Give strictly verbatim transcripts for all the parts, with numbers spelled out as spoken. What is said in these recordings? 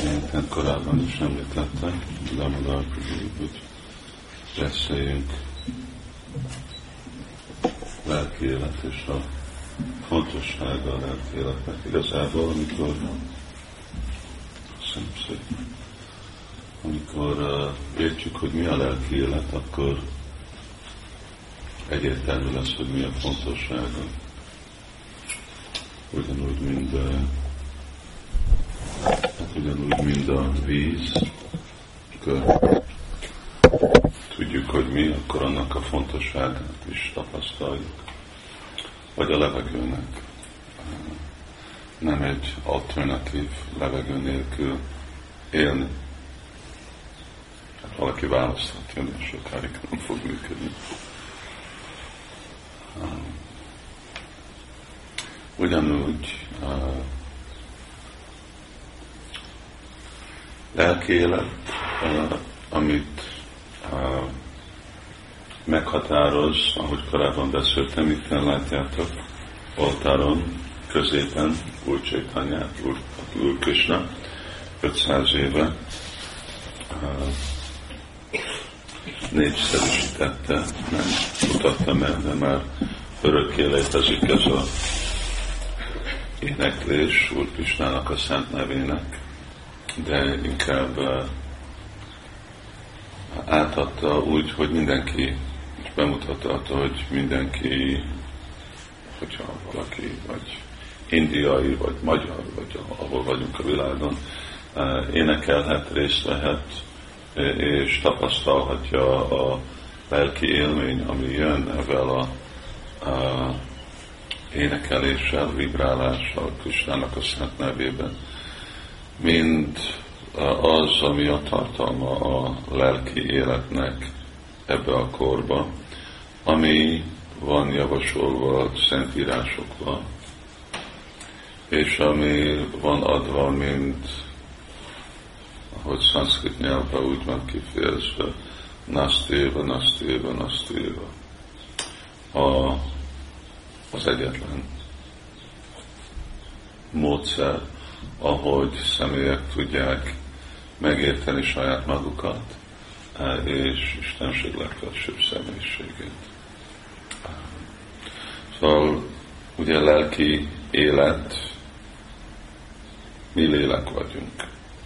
Ilyen korábban is említettem, Damodar, hogy beszéljünk lelki élet és a fontossága a lelki életnek. Igazából, amikor köszönöm szépen, amikor uh, értjük, hogy mi a lelki élet, akkor egyértelmű lesz, hogy mi a fontossága. Ugyanúgy, mint uh, hát ugyanúgy, mint a víz, akkor tudjuk, hogy mi, akkor annak a fontosságát is tapasztaljuk. Vagy a levegőnek. Nem egy alternatív levegő nélkül élni. Hát valaki választhatja, de sokáig nem fog működni. Ugyanúgy lelki élet, amit meghatároz, ahogy korábban beszéltem, itt látjátok, oltáron, középen Úr Csaitanyát, Úr, Úr Krishna, ötszáz éve négyszerűsítette, nem mutattam el, de már örökké létezik ez a éneklés Úr Krishnának a szent nevének, de inkább átadta úgy, hogy mindenki, és bemutatta, hogy mindenki, hogyha valaki, vagy indiai, vagy magyar, vagy ahol vagyunk a világon, énekelhet, részt vehet, és tapasztalhatja a lelki élmény, ami jön ezzel a, a énekeléssel, vibrálással, Krisnának a szent nevében, mint az, ami a tartalma a lelki életnek ebbe a korba, ami van javasolva a szentírásokban, és ami van adva, mint ahogy szanszkrit nyelvben úgy van kifejezve, nasztéva, nasztéva, nasztéva. A, az egyetlen módszer, ahogy személyek tudják megérteni saját magukat, és Istenség legfelsőbb személyiségét. Szóval ugye lelki élet, mi lélek vagyunk.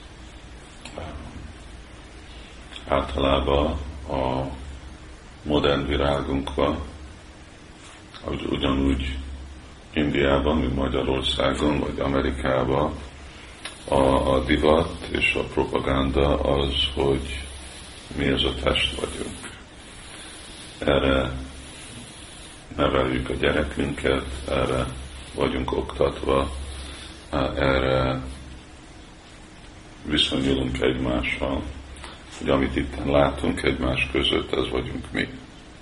Általában a modern világunkban, ugyanúgy Indiában, mint Magyarországon, vagy Amerikában, a, a divat és a propaganda az, hogy mi ez a test vagyunk. Erre neveljük a gyerekünket, erre vagyunk oktatva, erre viszonyulunk egymással, hogy amit itt látunk egymás között, ez vagyunk mi.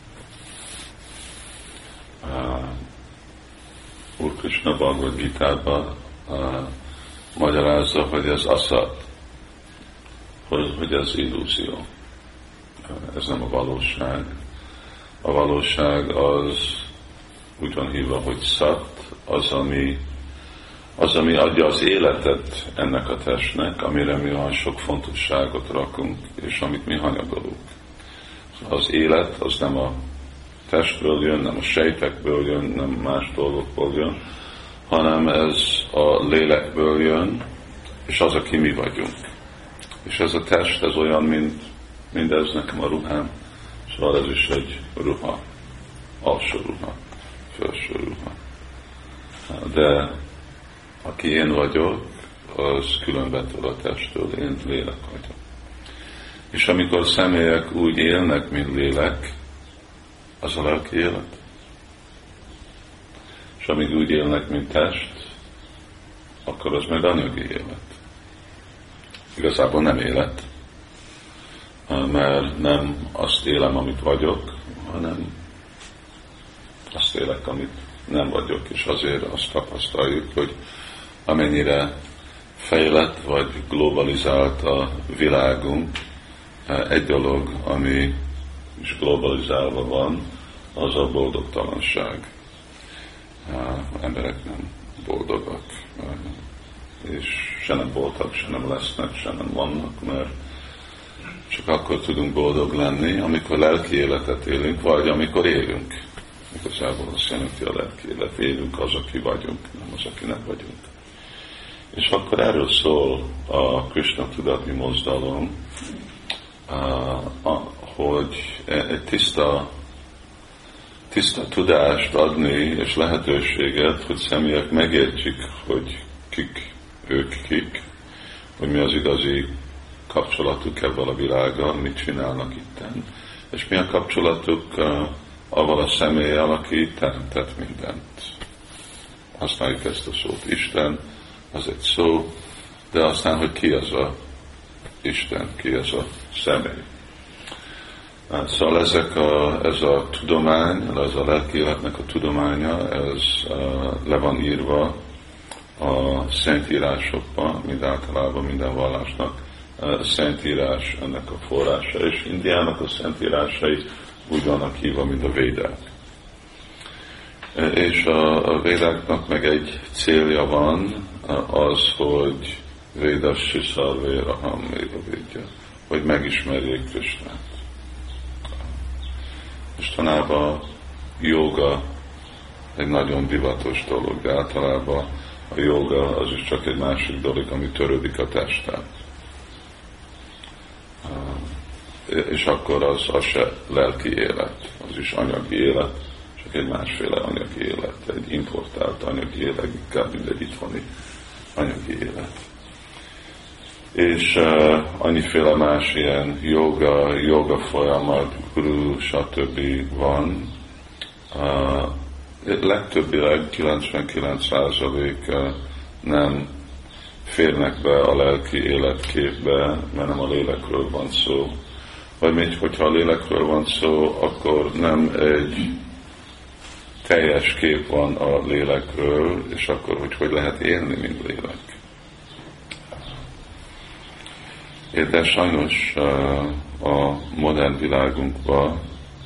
Úr Krishna Bhagavad Gitában magyarázza, hogy ez aszat, hogy, hogy ez illúzió. Ez nem a valóság. A valóság az úgy van hívva, hogy szat, az, ami, az, ami adja az életet ennek a testnek, amire mi olyan sok fontosságot rakunk, és amit mi hanyagolunk. Az élet az nem a testből jön, nem a sejtekből jön, nem más dolgokból jön, hanem ez a lélekből jön, és az, aki mi vagyunk. És ez a test, ez olyan, mint mindez nekem a ruhám, szóval ez is egy ruha, alsó ruha, felső ruha. De aki én vagyok, az különbetől a testtől, én lélek vagyok. És amikor személyek úgy élnek, mint lélek, az a lelki élet. És amíg úgy élnek, mint test, akkor az meg anyagi élet. Igazából nem élet, mert nem azt élem, amit vagyok, hanem azt élek, amit nem vagyok, és azért azt tapasztaljuk, hogy amennyire fejlett vagy globalizált a világunk, egy dolog, ami is globalizálva van, az a boldogtalanság. Emberek nem boldogak, és se nem voltak, se nem lesznek, se nem vannak, mert csak akkor tudunk boldog lenni, amikor lelki életet élünk, vagy amikor élünk. Igazából azt jelenti a lelki élet. Élünk az, aki vagyunk, nem az, aki nem vagyunk. És akkor erről szól a Krishna tudatni mozdalom, hogy egy tiszta, tiszta tudást adni, és lehetőséget, hogy személyek megértjük, hogy kik ők kik, hogy mi az igazi kapcsolatuk ebben a világgal, mit csinálnak itten, és mi a kapcsolatuk avval a személlyel, aki teremtett mindent. Használjuk ezt a szót. Isten, az egy szó, de aztán, hogy ki az a Isten, ki az a személy. Szóval ezek a, ez a tudomány, ez a lelki életnek a tudománya, ez le van írva a szentírásokban, mind általában minden vallásnak szentírás ennek a forrása, és Indiának a szentírásai úgy vannak hívva, mint a védák. És a, a védáknak meg egy célja van, az, hogy védas siszarvéraham védja, hogy megismerjék Krisnát. Mostanában jóga egy nagyon divatos dolog, de általában a jóga az is csak egy másik dolog, ami törődik a testtel. És akkor az, az se lelki élet, az is anyagi élet, csak egy másféle anyagi élet, egy importált anyagi élet, inkább mint egy itthoni anyagi élet. És uh, annyiféle más ilyen joga, joga folyamat, guru, stb. Van. Uh, legtöbbileg kilencvenkilenc százalék uh, nem férnek be a lelki életképbe, mert nem a lélekről van szó. Vagy még, hogyha a lélekről van szó, akkor nem egy teljes kép van a lélekről, és akkor, hogy hogy lehet élni, mint lélek. De sajnos a modern világunkban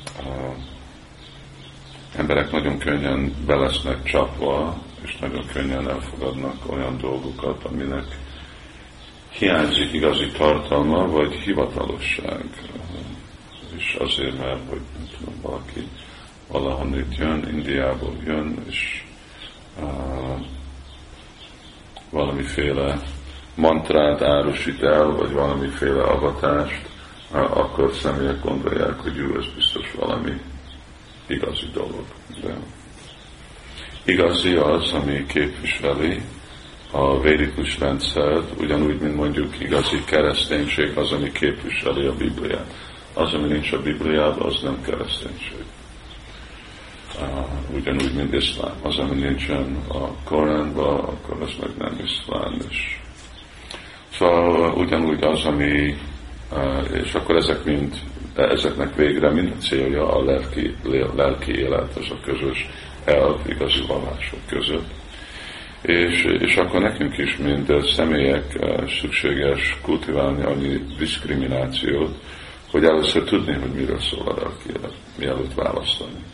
emberek nagyon könnyen be lesznek csapva, és nagyon könnyen elfogadnak olyan dolgokat, aminek hiányzik igazi tartalma, vagy hivatalosság. És azért, mert hogy nem tudom, valaki valahonnét jön, Indiából jön, és uh, valamiféle mantrát árusít el, vagy valamiféle avatást, uh, akkor személyek gondolják, hogy jó, ez biztos valami igazi dolog. De igazi az, ami képviseli a védikus rendszert, ugyanúgy, mint mondjuk igazi kereszténység az, ami képviseli a Bibliát. Az, ami nincs a Bibliában, az nem kereszténység. Uh, ugyanúgy, mint iszlám. Az, ami nincsen a Koránban, akkor az meg nem iszlám is. Szóval uh, ugyanúgy az, ami, uh, és akkor ezek mind, ezeknek végre mind a célja a lelki, lelki élet, az a közös elv igazi vallások között. És, és akkor nekünk is, mint személyek szükséges kultiválni annyi diszkriminációt, hogy először tudni, hogy miről szól a lelki élet, mielőtt választani.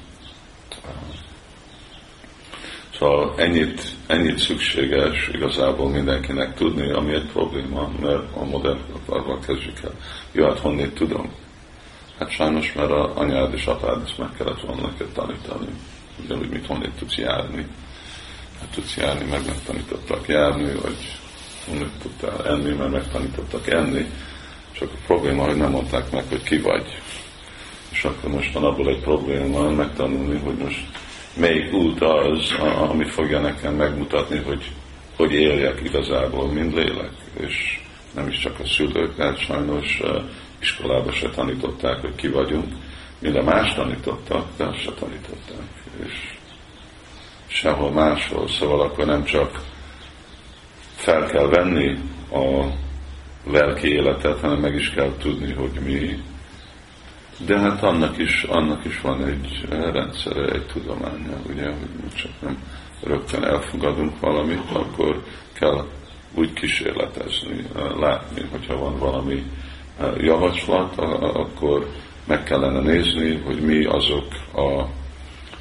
Szóval ennyit, ennyit szükséges igazából mindenkinek tudni, ami egy probléma, mert a modern korban kezdjük el. Jó, hát honnét tudom? Hát sajnos, mert az anyád és apád ezt meg kellett volna neked tanítani. Ugyanúgy, mit honnét tudsz járni. Hát tudsz járni, meg megtanítottak járni, vagy honnét tudtál enni, mert megtanítottak enni. Csak a probléma, hogy nem mondták meg, hogy ki vagy. És akkor most van abból egy probléma megtanulni, hogy most melyik út az, ami fogja nekem megmutatni, hogy hogy éljek igazából, mint lélek. És nem is csak a szülők, mert sajnos iskolában se tanították, hogy ki vagyunk. Minden más tanítottak, de azt se tanították. És sehol máshol. Szóval akkor nem csak fel kell venni a lelki életet, hanem meg is kell tudni, hogy mi. De hát annak is, annak is van egy rendszere, egy tudománya, ugye, hogy csak nem rögtön elfogadunk valamit, akkor kell úgy kísérletezni, látni, hogyha van valami javaslat, akkor meg kellene nézni, hogy mi azok a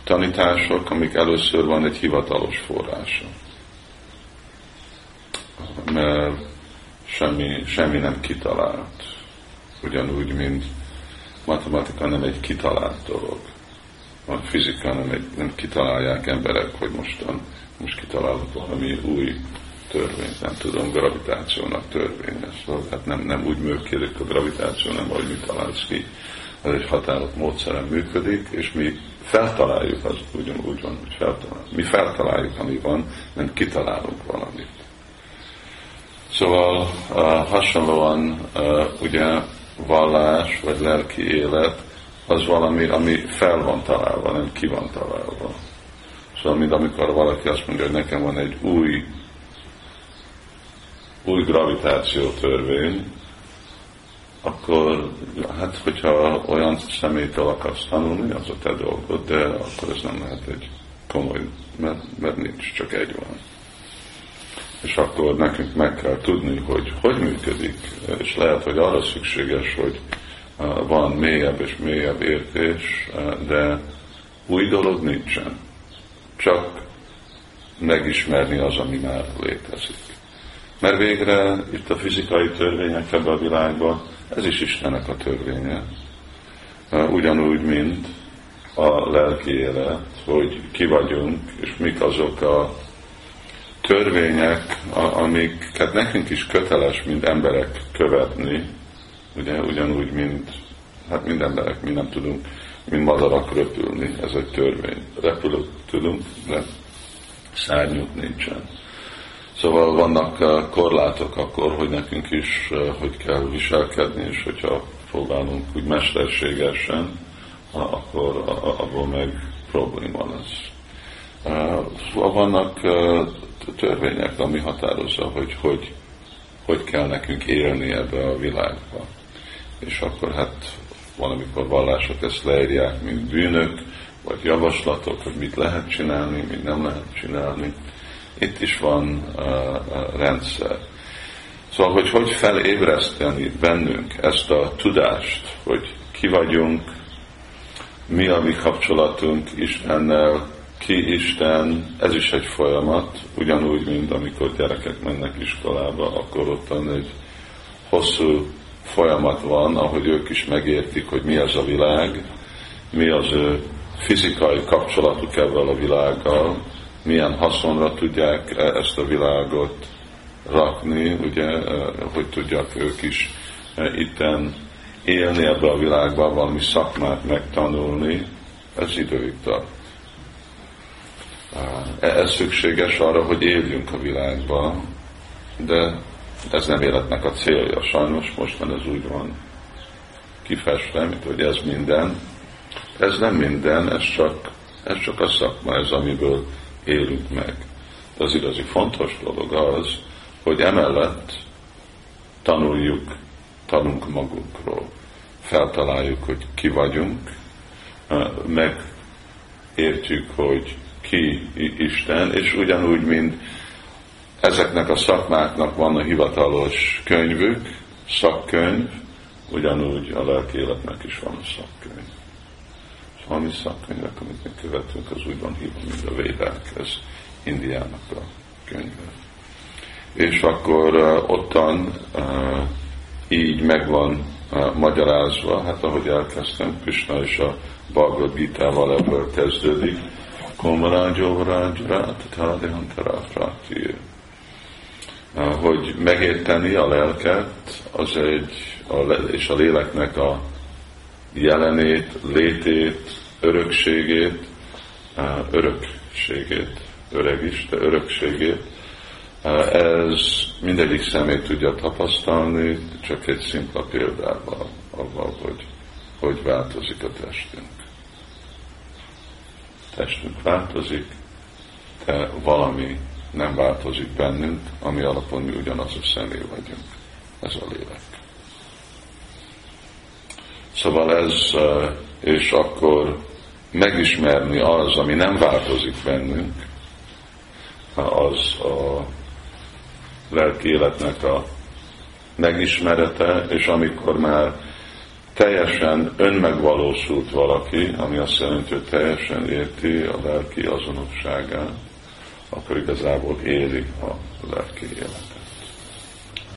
tanítások, amik először van egy hivatalos forrása. mert semmi, semmi nem kitalált. Ugyanúgy, mint matematika nem egy kitalált dolog. A fizika nem, egy, nem kitalálják emberek, hogy mostan, most kitalálok valami új törvényt, nem tudom, gravitációnak törvénye. Szóval hát nem, nem úgy működik a gravitáció, nem ahogy mi találsz ki. Ez egy határozott módszeren működik, és mi feltaláljuk, az ugyanúgy van, hogy feltaláljuk. Mi feltaláljuk, ami van, nem kitalálunk valamit. Szóval uh, hasonlóan uh, ugye vallás, vagy lelki élet, az valami, ami fel van találva, nem ki van találva. Szóval, mint amikor valaki azt mondja, hogy nekem van egy új, új gravitáció törvény, akkor, hát, hogyha olyan személytől akarsz tanulni, az a te dolgod, de akkor ez nem lehet egy komoly, mert, mert nincs, csak egy van. És akkor nekünk meg kell tudni, hogy hogy működik, és lehet, hogy arra szükséges, hogy van mélyebb és mélyebb értés, de új dolog nincsen. Csak megismerni az, ami már létezik. Mert végre itt a fizikai törvények ebben a világban, ez is Istennek a törvénye. Ugyanúgy, mint a lelki élet, hogy ki vagyunk, és mik azok a törvények, amiket nekünk is köteles, mint emberek követni, ugye, ugyanúgy, mint, hát mind emberek, mi nem tudunk, mint madarak röpülni, ez egy törvény. Repülök tudunk, de szárnyuk nincsen. Szóval vannak korlátok akkor, hogy nekünk is hogy kell viselkedni, és hogyha próbálunk úgy mesterségesen, akkor abból meg probléma lesz. Vannak törvények, ami határozza, hogy, hogy hogy kell nekünk élni ebbe a világba. És akkor hát valamikor vallások ezt leírják, mint bűnök, vagy javaslatok, hogy mit lehet csinálni, mit nem lehet csinálni. Itt is van uh, uh, rendszer. Szóval, hogy hogy felébreszteni bennünk ezt a tudást, hogy ki vagyunk, mi a mi kapcsolatunk Istennel, ki Isten, ez is egy folyamat, ugyanúgy, mint amikor gyerekek mennek iskolába, akkor ottan egy hosszú folyamat van, ahogy ők is megértik, hogy mi az a világ, mi az ő fizikai kapcsolatuk ebben a világgal, milyen haszonra tudják ezt a világot rakni, ugye, hogy tudják ők is itten élni ebbe a világban, valami szakmát megtanulni, ez időig tart. Ez szükséges arra, hogy éljünk a világban, de ez nem életnek a célja. Sajnos mostan ez úgy van kifestve, mint hogy ez minden. Ez nem minden, ez csak, ez csak a szakma, ez amiből élünk meg. De az igazi fontos dolog az, hogy emellett tanuljuk, tanulunk magunkról. Feltaláljuk, hogy ki vagyunk, megértjük, hogy ki Isten, és ugyanúgy, mint ezeknek a szakmáknak van a hivatalos könyvük, szakkönyv, ugyanúgy a lelki életnek is van a szakkönyv. Szóval mi szakkönyvek, amit mi követünk, az úgy van hívva, mint a Védák, ez Indiának a könyve. És akkor uh, ottan uh, így megvan uh, magyarázva, hát ahogy elkezdtem, Krishna és a Bhagavad Gitával ebből kezdődik, hogy megérteni a lelket, az egy, a, és a léleknek a jelenét, létét, örökségét, örökségét, öreg is, de örökségét, ez mindegyik személy tudja tapasztalni, csak egy szimpla példával, avval, hogy hogy változik a testünk. Testünk változik, de valami nem változik bennünk, ami alapon mi ugyanaz a személy vagyunk. Ez a lélek. Szóval ez, és akkor megismerni az, ami nem változik bennünk, az a lelki életnek a megismerete, és amikor már teljesen önmegvalósult valaki, ami azt jelenti, hogy teljesen érti a lelki azonosságát, akkor igazából éli a lelki életet.